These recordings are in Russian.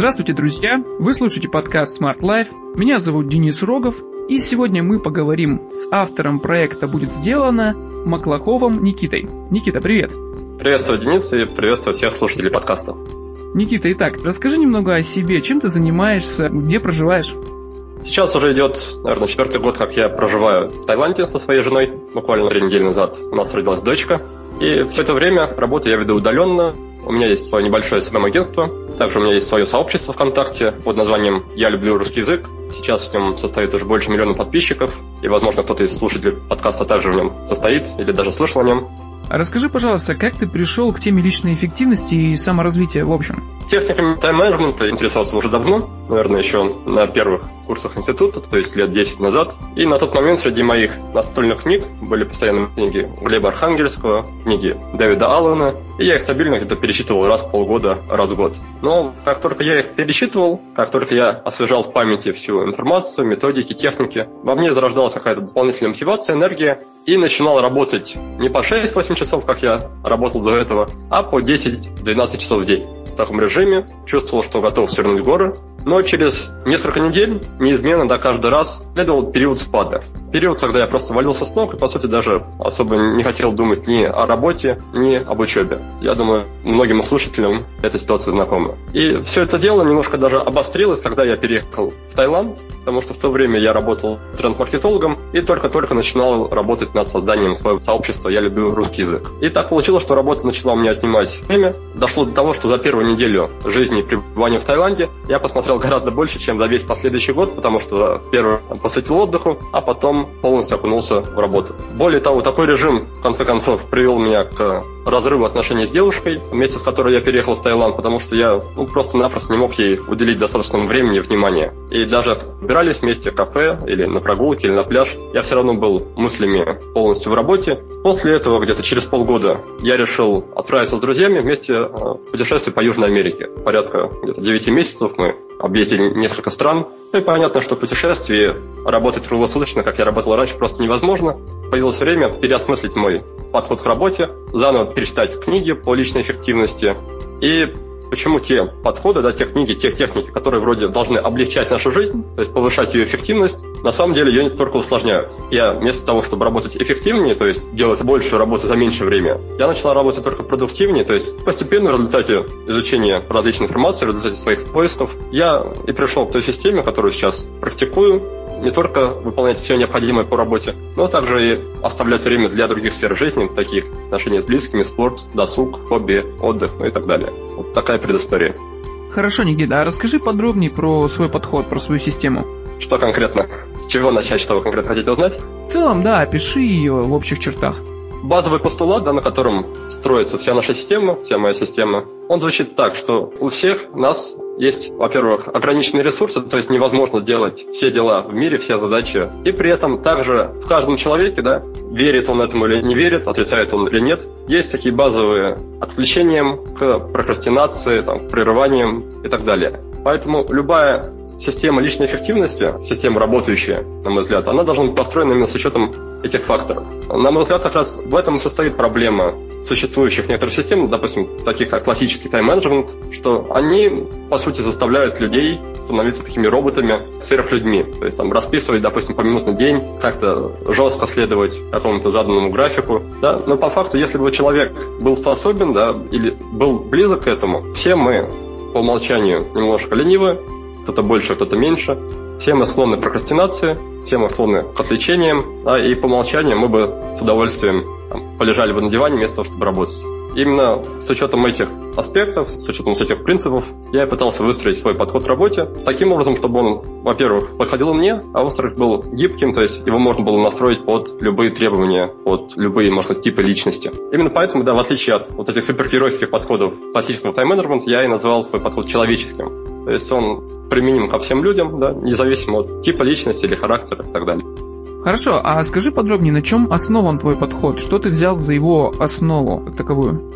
Здравствуйте, друзья! Вы слушаете подкаст Smart Life. Меня зовут Денис Рогов, и сегодня мы поговорим с автором проекта «Будет сделано» Маклаховым Никитой. Никита, привет! Приветствую, Денис, и приветствую всех слушателей подкаста. Никита, итак, расскажи немного о себе, чем ты занимаешься, где проживаешь? Сейчас уже идет, наверное, 4-й год, как я проживаю в Таиланде со своей женой. Буквально 3 недели назад у нас родилась дочка. И все это время работу я веду удаленно. У меня есть свое небольшое СММ-агентство. Также у меня есть свое сообщество ВКонтакте под названием «Я люблю русский язык». Сейчас в нем состоит уже больше 1 миллиона подписчиков. И, возможно, кто-то из слушателей подкаста также в нем состоит или даже слышал о нем. А расскажи, пожалуйста, как ты пришел к теме личной эффективности и саморазвития в общем? Техниками тайм-менеджмента интересовался уже давно, наверное, еще на первых курсах института, то есть лет 10 назад. И на тот момент среди моих настольных книг были постоянно книги Глеба Архангельского, книги Дэвида Аллена, и я их стабильно где-то перечитывал раз в полгода, раз в год. Но как только я их перечитывал, как только я освежал в памяти всю информацию, методики, техники, во мне зарождалась какая-то дополнительная мотивация, энергия, и начинал работать не по 6-8 часов, как я работал до этого, а по 10-12 часов в день. В таком режиме чувствовал, что готов свернуть горы, но через несколько недель неизменно, каждый раз следовал период спада. Период, когда я просто валился с ног и, по сути, даже особо не хотел думать ни о работе, ни об учебе. Я думаю, многим слушателям эта ситуация знакома. И все это дело немножко даже обострилось, когда я переехал в Таиланд, потому что в то время я работал тренд-маркетологом и только-только начинал работать над созданием своего сообщества «Я люблю русский язык». И так получилось, что работа начала у меня отнимать время. Дошло до того, что за первую неделю жизни и пребывания в Таиланде я посмотрел гораздо больше, чем за весь последующий год, потому что первый посвятил отдыху, а потом полностью окунулся в работу. Более того, такой режим, в конце концов, привел меня к разрыву отношений с девушкой, вместе с которой я переехал в Таиланд, потому что я просто-напросто не мог ей уделить достаточно времени и внимания. И даже убирались вместе в кафе, или на прогулке, или на пляж, я все равно был мыслями полностью в работе. После этого, где-то через полгода, я решил отправиться с друзьями вместе в путешествие по Южной Америке. Порядка где-то 9 месяцев мы объездили несколько стран. Ну и понятно, что в путешествии работать круглосуточно, как я работал раньше, просто невозможно. Появилось время переосмыслить мой подход к работе, заново перечитать книги по личной эффективности. И почему те подходы, те книги, те техники, которые вроде должны облегчать нашу жизнь, то есть повышать ее эффективность, на самом деле ее только усложняют. Я вместо того, чтобы работать эффективнее, то есть делать большую работу за меньшее время, я начал работать только продуктивнее, то есть постепенно в результате изучения различной информации, в результате своих поисков, я и пришел к той системе, которую сейчас практикую, не только выполнять все необходимое по работе, но также и оставлять время для других сфер жизни, таких отношений с близкими, спорт, досуг, хобби, отдых, и так далее. Вот такая предыстория. Хорошо, Никита, а расскажи подробнее про свой подход, про свою систему. Что конкретно? С чего начать, что вы конкретно хотите узнать? В целом, да, опиши ее в общих чертах. Базовый постулат, на котором строится вся наша система, вся моя система, он звучит так, что у всех нас есть, во-первых, ограниченные ресурсы, то есть невозможно сделать все дела в мире, все задачи. И при этом также в каждом человеке, верит он этому или не верит, отрицает он или нет, есть такие базовые отвлечения к прокрастинации, к прерываниям и так далее. Поэтому любая система личной эффективности, система работающая, на мой взгляд, она должна быть построена именно с учетом этих факторов. На мой взгляд, как раз в этом и состоит проблема существующих некоторых систем, допустим, таких как классический тайм-менеджмент, что они, по сути, заставляют людей становиться такими роботами, сверхлюдьми. То есть расписывать, допустим, поминутный день, как-то жестко следовать какому-то заданному графику. Но по факту, если бы человек был способен, или был близок к этому, все мы по умолчанию немножко ленивы, кто-то больше, кто-то меньше. Все мы склонны к прокрастинации, все мы склонны к отвлечениям, и по умолчанию мы бы с удовольствием полежали бы на диване вместо того, чтобы работать. Именно с учетом этих аспектов, с учетом этих принципов, я пытался выстроить свой подход к работе таким образом, чтобы он, во-первых, подходил мне, а во-вторых, был гибким, то есть его можно было настроить под любые требования, под любые, можно сказать, типы личности. Именно поэтому, в отличие от этих супергеройских подходов классического тайм-менеджмента, я и назвал свой подход человеческим. То есть он применим ко всем людям, независимо от типа личности или характера и так далее. Хорошо, а скажи подробнее, на чем основан твой подход? Что ты взял за его основу как таковую?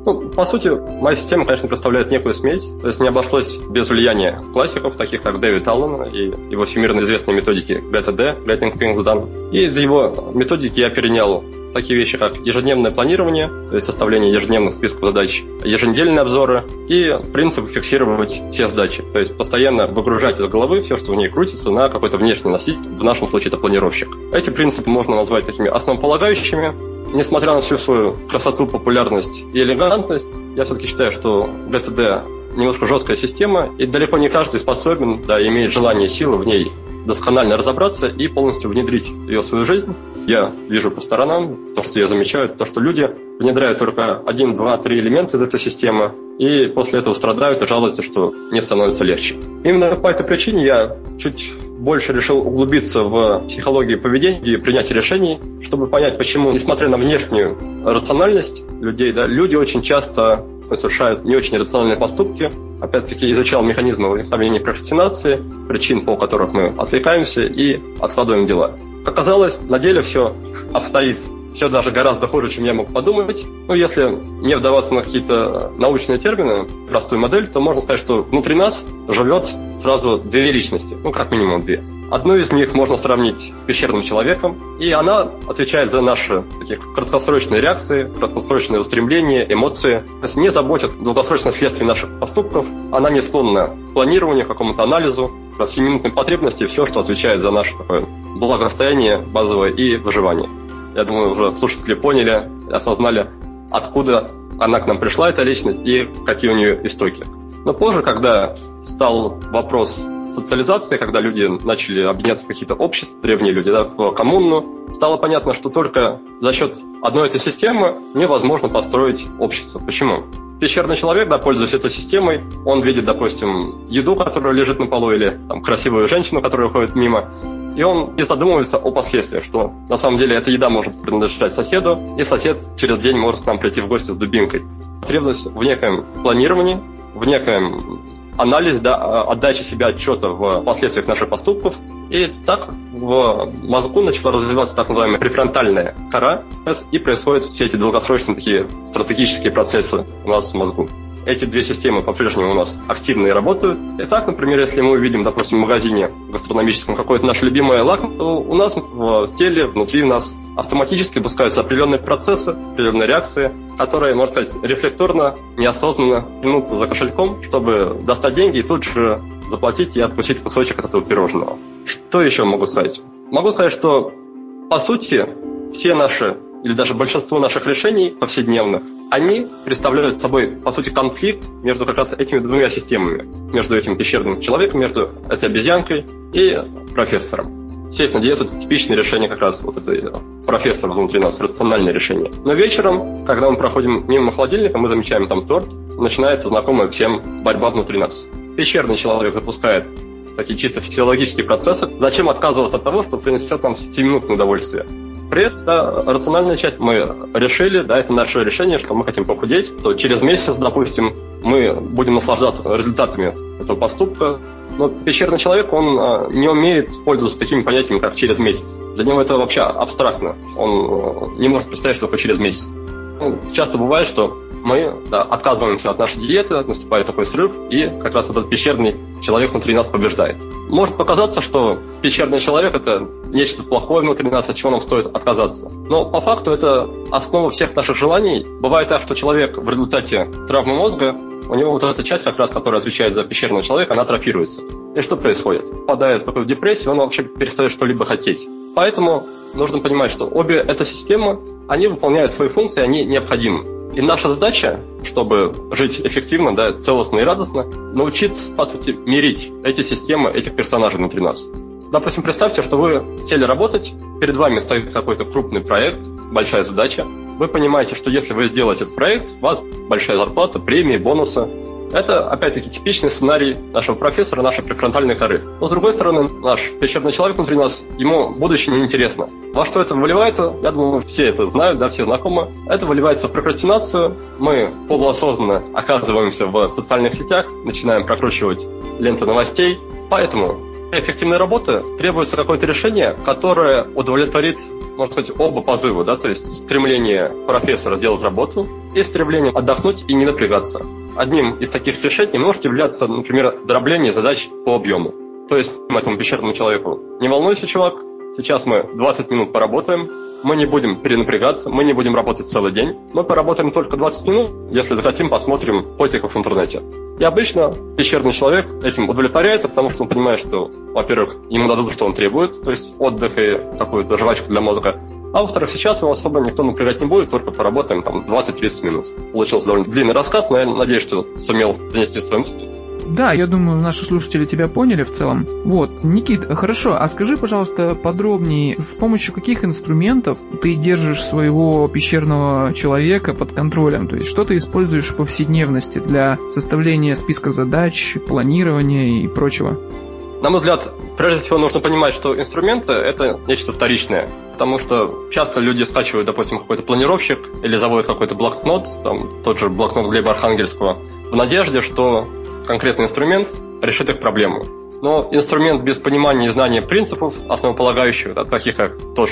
По сути, моя система, конечно, представляет некую смесь, то есть не обошлось без влияния классиков, таких как Дэвид Аллен и его всемирно известной методики GTD, Getting Things Done. И из его методики я перенял такие вещи, как ежедневное планирование, то есть составление ежедневных списков задач, еженедельные обзоры и принцип фиксировать все задачи, то есть постоянно выгружать из головы все, что в ней крутится, на какой-то внешний носитель, в нашем случае это планировщик. Эти принципы можно назвать такими основополагающими. Несмотря на всю свою красоту, популярность и элегантность, я все-таки считаю, что GTD немножко жесткая система, и далеко не каждый способен, имеет желание и силы в ней досконально разобраться и полностью внедрить ее в свою жизнь. Я вижу по сторонам, то, что я замечаю, то, что люди внедряют только 1, 2, 3 элемента из этой системы, и после этого страдают и жалуются, что не становится легче. Именно по этой причине я чуть больше решил углубиться в психологию поведения и принятие решений, чтобы понять, почему, несмотря на внешнюю рациональность людей, люди очень часто совершают не очень рациональные поступки. Опять-таки изучал механизмы возникновения прокрастинации, причин, по которых мы отвлекаемся и откладываем дела. Как оказалось, на деле все обстоит все даже гораздо хуже, чем я мог подумать. Если не вдаваться на какие-то научные термины, простую модель, то можно сказать, что внутри нас живет сразу 2 личности, как минимум 2. Одну из них можно сравнить с пещерным человеком, и она отвечает за наши такие краткосрочные реакции, краткосрочные устремления, эмоции. То есть не заботит долгосрочных следствий наших поступков, она не склонна к планированию, к какому-то анализу, к сиюминутной потребности, все, что отвечает за наше такое благосостояние базовое и выживание. Я думаю, уже слушатели поняли, осознали, откуда она к нам пришла, эта личность, и какие у нее истоки. Но позже, когда стал вопрос социализации, когда люди начали объединяться в какие-то общества, древние люди, в коммуну, стало понятно, что только за счет одной этой системы невозможно построить общество. Почему? Пещерный человек, пользуясь этой системой, он видит, допустим, еду, которая лежит на полу, или красивую женщину, которая уходит мимо, и он не задумывается о последствиях, что на самом деле эта еда может принадлежать соседу, и сосед через день может к нам прийти в гости с дубинкой. Потребность в некоем планировании, в некоем анализе, отдаче себе отчета в последствиях наших поступков. И так в мозгу начала развиваться так называемая префронтальная кора, и происходят все эти долгосрочные такие стратегические процессы у нас в мозгу. Эти 2 системы по-прежнему у нас активно и работают. И так, например, если мы увидим, допустим, в магазине гастрономическом какое-то наше любимое лакомство, то у нас в теле, внутри нас автоматически пускаются определенные процессы, определенные реакции, которые, можно сказать, рефлекторно, неосознанно тянутся за кошельком, чтобы достать деньги и тут же заплатить и откусить кусочек от этого пирожного. Что еще могу сказать? Могу сказать, что, по сути, все наши или даже большинство наших решений повседневных, они представляют собой, по сути, конфликт между как раз этими 2 системами. Между этим пещерным человеком, между этой обезьянкой и профессором. Сесть на диету – это типичное решение как раз этой профессора внутри нас, рациональное решение. Но вечером, когда мы проходим мимо холодильника, мы замечаем там торт, начинается знакомая всем борьба внутри нас. Пещерный человек запускает такие чисто физиологические процессы. Зачем отказываться от того, что принесет нам 7-минутное удовольствие? При этом рациональная часть мы решили, это наше решение, что мы хотим похудеть, то через месяц, допустим, мы будем наслаждаться результатами этого поступка. Но пещерный человек, он не умеет пользоваться такими понятиями, как через месяц. Для него это вообще абстрактно. Он не может представить, что такое через месяц. Часто бывает, что мы отказываемся от нашей диеты, наступает такой срыв, и как раз этот пещерный человек внутри нас побеждает. Может показаться, что пещерный человек – это нечто плохое внутри нас, от чего нам стоит отказаться. Но по факту это основа всех наших желаний. Бывает так, что человек в результате травмы мозга, у него вот эта часть, как раз, которая отвечает за пещерного человека, она атрофируется. И что происходит? Попадая в такую депрессию, он вообще перестает что-либо хотеть. Поэтому нужно понимать, что обе эти системы, они выполняют свои функции, они необходимы. И наша задача, чтобы жить эффективно, целостно и радостно, научиться, по сути, мирить эти системы, этих персонажей внутри нас. Допустим, представьте, что вы сели работать, перед вами стоит какой-то крупный проект, большая задача. Вы понимаете, что если вы сделаете этот проект, у вас большая зарплата, премии, бонусы. Это, опять-таки, типичный сценарий нашего профессора, нашей префронтальной коры. Но, с другой стороны, наш пещерный человек внутри нас, ему будущее неинтересно. Во что это выливается? Я думаю, все это знают, все знакомы. Это выливается в прокрастинацию. Мы полуосознанно оказываемся в социальных сетях, начинаем прокручивать ленты новостей. Поэтому для эффективной работы требуется какое-то решение, которое удовлетворит, можно сказать, оба позыва, то есть стремление профессора сделать работу и стремлением отдохнуть и не напрягаться. Одним из таких решений может являться, например, дробление задач по объему. То есть этому пещерному человеку: не волнуйся, чувак, сейчас мы 20 минут поработаем, мы не будем перенапрягаться, мы не будем работать целый день, мы поработаем только 20 минут, если захотим, посмотрим котиков в интернете. И обычно пещерный человек этим удовлетворяется, потому что он понимает, что, во-первых, ему дадут, что он требует, то есть отдых и какую-то жвачку для мозга, а во-вторых, сейчас его особо никто напрягать не будет, только поработаем там 20-30 минут. Получился довольно длинный рассказ, но я надеюсь, что сумел донести свою мысль. Да, я думаю, наши слушатели тебя поняли в целом. Вот, Никит, хорошо, а скажи, пожалуйста, подробнее, с помощью каких инструментов ты держишь своего пещерного человека под контролем? То есть, что ты используешь в повседневности для составления списка задач, планирования и прочего? На мой взгляд, прежде всего нужно понимать, что инструменты — это нечто вторичное. Потому что часто люди скачивают, допустим, какой-то планировщик или заводят какой-то блокнот, там, тот же блокнот Глеба Архангельского, в надежде, что конкретный инструмент решит их проблему. Но инструмент без понимания и знания принципов, основополагающих, таких как то,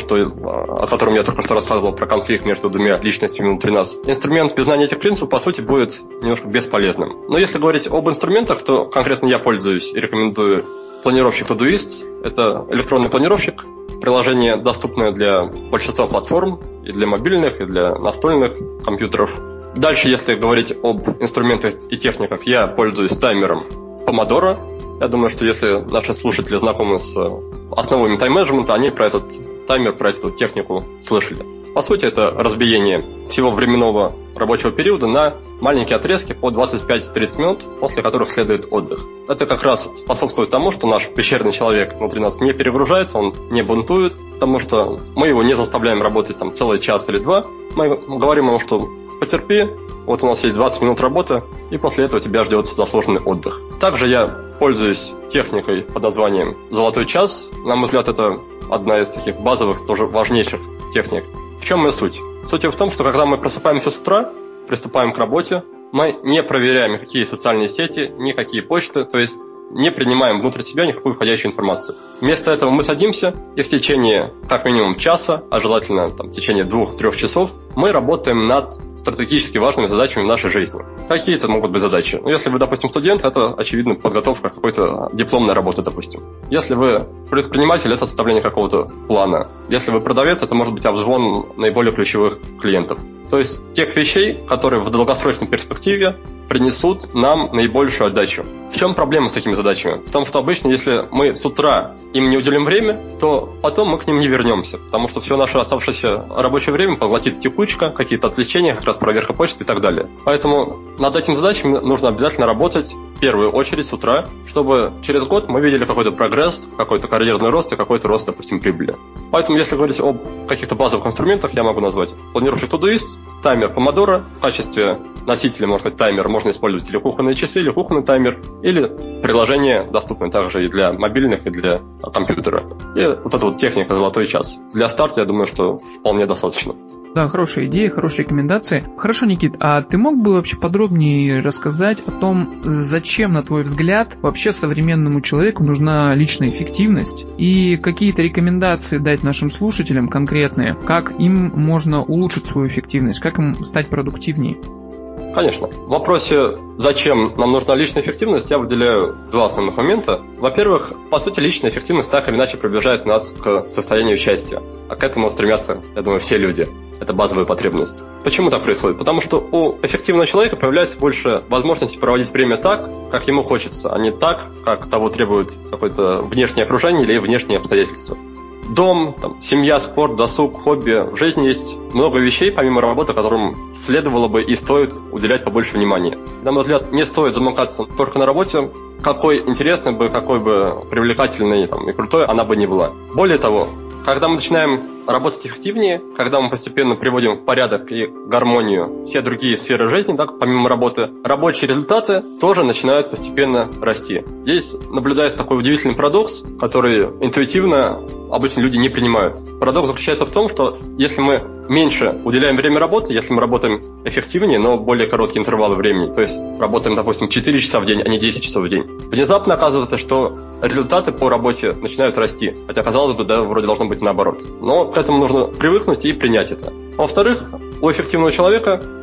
о котором я только что рассказывал, про конфликт между двумя личностями внутри нас, инструмент без знания этих принципов, по сути, будет немножко бесполезным. Но если говорить об инструментах, то конкретно я пользуюсь и рекомендую планировщик Todoist. Это электронный планировщик, приложение, доступное для большинства платформ, и для мобильных, и для настольных компьютеров. Дальше, если говорить об инструментах и техниках, я пользуюсь таймером Pomodoro. Я думаю, что если наши слушатели знакомы с основами тайм-менеджмента, они про этот таймер, про эту технику слышали. По сути, это разбиение всего временного рабочего периода на маленькие отрезки по 25-30 минут, после которых следует отдых. Это как раз способствует тому, что наш пещерный человек внутри нас не перегружается, он не бунтует, потому что мы его не заставляем работать там целый час или два. Мы говорим ему, что потерпи, вот у нас есть 20 минут работы, и после этого тебя ждет заслуженный отдых. Также я пользуюсь техникой под названием «Золотой час». На мой взгляд, это одна из таких базовых, тоже важнейших техник. В чем ее суть? Суть в том, что когда мы просыпаемся с утра, приступаем к работе, мы не проверяем никакие социальные сети, никакие почты, то есть не принимаем внутрь себя никакую входящую информацию. Вместо этого мы садимся, и в течение как минимум часа, а желательно в течение 2-3 часов, мы работаем над стратегически важными задачами в нашей жизни. Какие это могут быть задачи? Ну, если вы, допустим, студент, это, очевидно, подготовка какой-то дипломной работы, допустим. Если вы предприниматель, это составление какого-то плана. Если вы продавец, это может быть обзвон наиболее ключевых клиентов. То есть тех вещей, которые в долгосрочной перспективе принесут нам наибольшую отдачу. В чем проблема с такими задачами? В том, что обычно, если мы с утра им не уделим время, то потом мы к ним не вернемся, потому что все наше оставшееся рабочее время поглотит текучка, какие-то отвлечения, как раз проверка почты и так далее. Поэтому над этими задачами нужно обязательно работать в первую очередь с утра, чтобы через год мы видели какой-то прогресс, какой-то карьерный рост и какой-то рост, допустим, прибыли. Поэтому, если говорить об каких-то базовых инструментах, я могу назвать планировщик Todoist, таймер Pomodoro. В качестве носителя, можно сказать, таймер можно использовать или кухонные часы, или кухонный таймер, или приложение, доступное также и для мобильных, и для компьютера. И вот эта вот техника «Золотой час». Для старта, я думаю, что вполне достаточно. Да, хорошая идея, хорошие рекомендации. Хорошо, Никит, а ты мог бы вообще подробнее рассказать о том, зачем, на твой взгляд, вообще современному человеку нужна личная эффективность и какие-то рекомендации дать нашим слушателям конкретные, как им можно улучшить свою эффективность, как им стать продуктивнее? Конечно. В вопросе, зачем нам нужна личная эффективность, я выделяю два основных момента. Во-первых, по сути, личная эффективность так или иначе приближает нас к состоянию счастья. А к этому стремятся, я думаю, все люди. Это базовая потребность. Почему так происходит? Потому что у эффективного человека появляется больше возможности проводить время так, как ему хочется, а не так, как того требует какое-то внешнее окружение или внешние обстоятельства. Дом, семья, спорт, досуг, хобби. В жизни есть много вещей, помимо работы, которым следовало бы и стоит уделять побольше внимания. На мой взгляд, не стоит замыкаться только на работе, какой интересной бы, какой бы привлекательной и крутой она бы ни была. Более того, когда мы начинаем работать эффективнее, когда мы постепенно приводим в порядок и гармонию все другие сферы жизни, помимо работы, рабочие результаты тоже начинают постепенно расти. Здесь наблюдается такой удивительный парадокс, который интуитивно обычно люди не принимают. Парадокс заключается в том, что если мы меньше уделяем время работе, если мы работаем эффективнее, но более короткие интервалы времени, то есть работаем, допустим, 4 часа в день, а не 10 часов в день, внезапно оказывается, что результаты по работе начинают расти. Хотя, казалось бы, вроде должно быть наоборот. Но к этому нужно привыкнуть и принять это. Во-вторых, у эффективного человека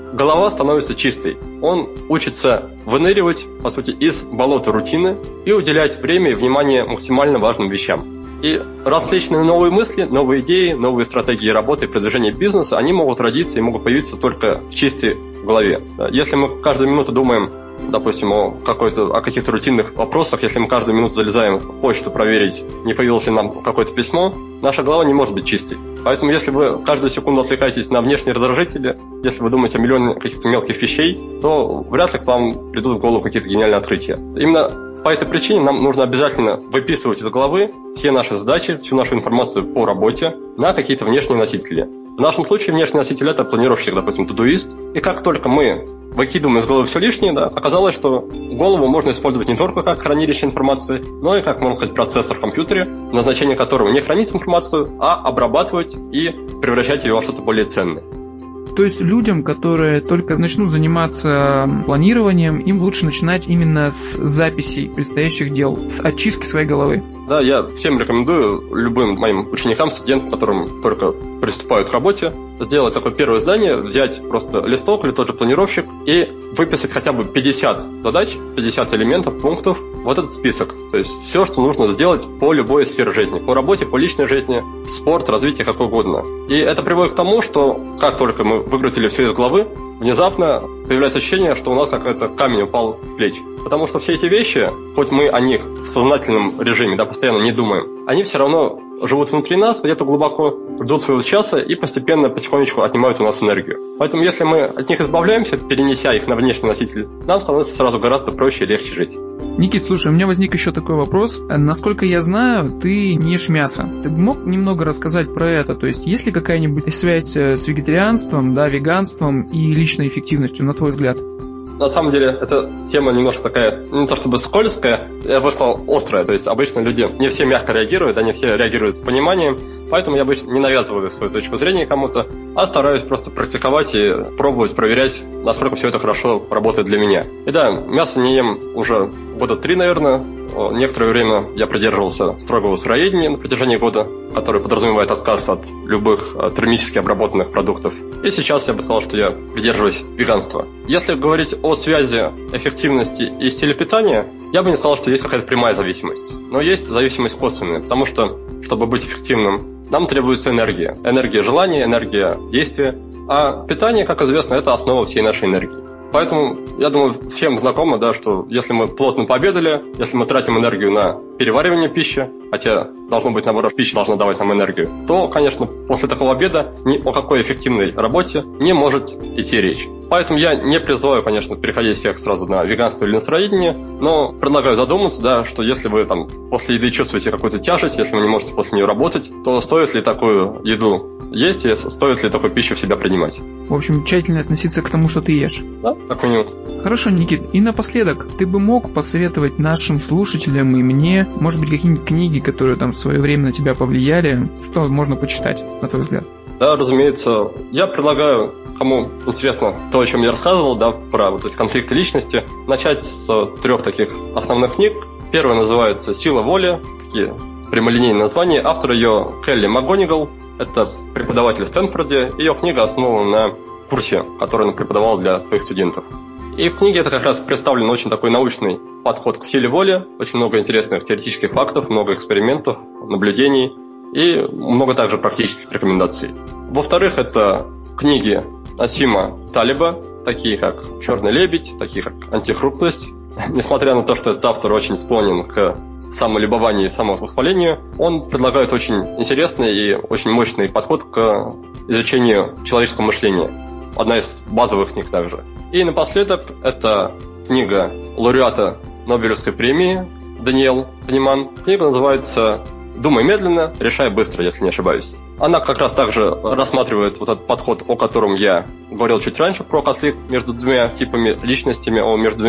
голова становится чистой. Он учится выныривать, по сути, из болота рутины и уделять время и внимание максимально важным вещам. И различные новые мысли, новые идеи, новые стратегии работы и продвижения бизнеса, они могут родиться и могут появиться только в чистой голове. Если мы каждую минуту думаем, допустим, о каких-то рутинных вопросах, если мы каждую минуту залезаем в почту проверить, не появилось ли нам какое-то письмо, наша голова не может быть чистой. Поэтому если вы каждую секунду отвлекаетесь на внешние раздражители, если вы думаете о миллионе каких-то мелких вещей, то вряд ли к вам придут в голову какие-то гениальные открытия. Именно по этой причине нам нужно обязательно выписывать из головы все наши задачи, всю нашу информацию по работе на какие-то внешние носители. В нашем случае внешний носитель – это планировщик, допустим, тудуист. И как только мы выкидываем из головы все лишнее, оказалось, что голову можно использовать не только как хранилище информации, но и как, можно сказать, процессор в компьютере, назначение которого не хранить информацию, а обрабатывать и превращать ее во что-то более ценное. То есть людям, которые только начнут заниматься планированием, им лучше начинать именно с записей предстоящих дел, с очистки своей головы. Да, я всем рекомендую, любым моим ученикам, студентам, которым только приступают к работе, сделать такое первое задание, взять просто листок или тот же планировщик и выписать хотя бы 50 задач, 50 элементов, пунктов, вот этот список. То есть все, что нужно сделать по любой сфере жизни, по работе, по личной жизни, спорт, развитие, как угодно. И это приводит к тому, что как только мы выкрутили все из головы, внезапно появляется ощущение, что у нас какой-то камень упал с плеч. Потому что все эти вещи, хоть мы о них в сознательном режиме, постоянно не думаем, они все равно живут внутри нас, где-то глубоко, ждут своего часа и постепенно, потихонечку отнимают у нас энергию. Поэтому если мы от них избавляемся, перенеся их на внешний носитель, нам становится сразу гораздо проще и легче жить. Никит, слушай, у меня возник еще такой вопрос. Насколько я знаю, ты не ешь мясо. Ты бы мог немного рассказать про это? То есть есть ли какая-нибудь связь с вегетарианством, веганством и личной эффективностью, на твой взгляд? На самом деле, эта тема немножко такая, не то чтобы скользкая, я бы сказал, острая. То есть обычно люди не все мягко реагируют, не все реагируют с пониманием, поэтому я обычно не навязываю свою точку зрения кому-то, а стараюсь просто практиковать и пробовать, проверять, насколько все это хорошо работает для меня. И да, мясо не ем уже года 3, наверное. Некоторое время я придерживался строгого сыроедения на протяжении года, который подразумевает отказ от любых термически обработанных продуктов. И сейчас я бы сказал, что я придерживаюсь веганства. Если говорить о связи эффективности и стиля питания, я бы не сказал, что есть какая-то прямая зависимость. Но есть зависимость косвенная, потому что, чтобы быть эффективным, нам требуется энергия. Энергия желания, энергия действия. А питание, как известно, это основа всей нашей энергии. Поэтому, я думаю, всем знакомо, что если мы плотно пообедали, если мы тратим энергию на переваривание пищи, хотя должно быть, наоборот, пища должна давать нам энергию, то, конечно, после такого обеда ни о какой эффективной работе не может идти речь. Поэтому я не призываю, конечно, переходить всех сразу на веганство или на сыроедение, но предлагаю задуматься, что если вы после еды чувствуете какую-то тяжесть, если вы не можете после нее работать, то стоит ли такую еду есть и стоит ли такую пищу в себя принимать. В общем, тщательно относиться к тому, что ты ешь. Да, так минут. Хорошо, Никит. И напоследок, ты бы мог посоветовать нашим слушателям и мне, может быть, какие-нибудь книги, которые в свое время на тебя повлияли, что можно почитать, на твой взгляд? Да, разумеется. Я предлагаю, кому интересно то, о чем я рассказывал, про эти конфликты личности, начать с 3 таких основных книг. Первая называется «Сила воли», такие прямолинейные названия. Автор ее Келли МакГонигал, это преподаватель в Стэнфорде. Ее книга основана на курсе, который она преподавала для своих студентов. И в книге это как раз представлен очень такой научный подход к силе воли, очень много интересных теоретических фактов, много экспериментов, наблюдений и много также практических рекомендаций. Во-вторых, это книги Нассима Талеба, такие как «Черный лебедь», такие как «Антихрупкость». Несмотря на то, что этот автор очень склонен к самолюбованию и самовосхвалению, он предлагает очень интересный и очень мощный подход к изучению человеческого мышления. Одна из базовых книг также. И напоследок, это книга лауреата Нобелевской премии Даниэль Канеман. Книга называется «Думай медленно, решай быстро», если не ошибаюсь. Она как раз также рассматривает вот этот подход, о котором я говорил чуть раньше, про конфликт между двумя типами личностями, между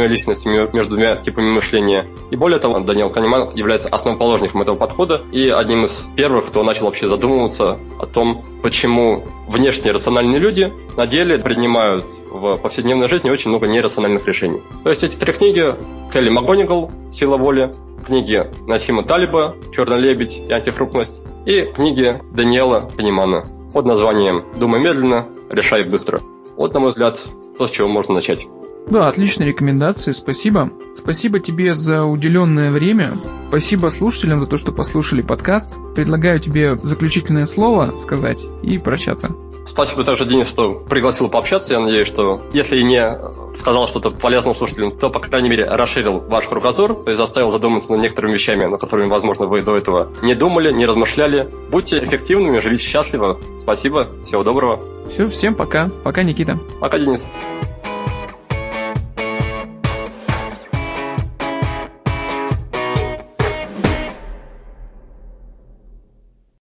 двумя типами мышления. И более того, Даниэль Канеман является основоположником этого подхода и одним из первых, кто начал вообще задумываться о том, почему внешне рациональные люди на деле принимают в повседневной жизни очень много нерациональных решений. То есть эти 3 книги Келли МакГонигал «Сила воли», книги Нассима Талеба «Черный лебедь» и «Антихрупкость» и книги Даниэля Канемана под названием «Думай медленно, решай быстро». Вот, на мой взгляд, то, с чего можно начать. Да, отличные рекомендации, спасибо. Спасибо тебе за уделенное время. Спасибо слушателям за то, что послушали подкаст. Предлагаю тебе заключительное слово сказать и прощаться. Спасибо также, Денис, что пригласил пообщаться. Я надеюсь, что если и не сказал что-то полезным слушателям, то, по крайней мере, расширил ваш кругозор, то есть заставил задуматься над некоторыми вещами, над которыми, возможно, вы до этого не думали, не размышляли. Будьте эффективными, живите счастливо. Спасибо, всего доброго. Все, всем пока. Пока, Никита. Пока, Денис.